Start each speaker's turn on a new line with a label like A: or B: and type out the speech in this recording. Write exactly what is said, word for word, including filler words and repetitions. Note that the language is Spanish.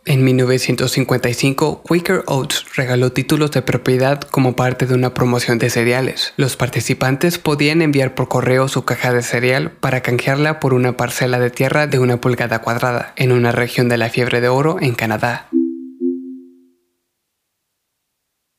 A: En mil novecientos cincuenta y cinco, Quaker Oats regaló títulos de propiedad como parte de una promoción de cereales. Los participantes podían enviar por correo su caja de cereal para canjearla por una parcela de tierra de una pulgada cuadrada, en una región de la fiebre de oro en Canadá.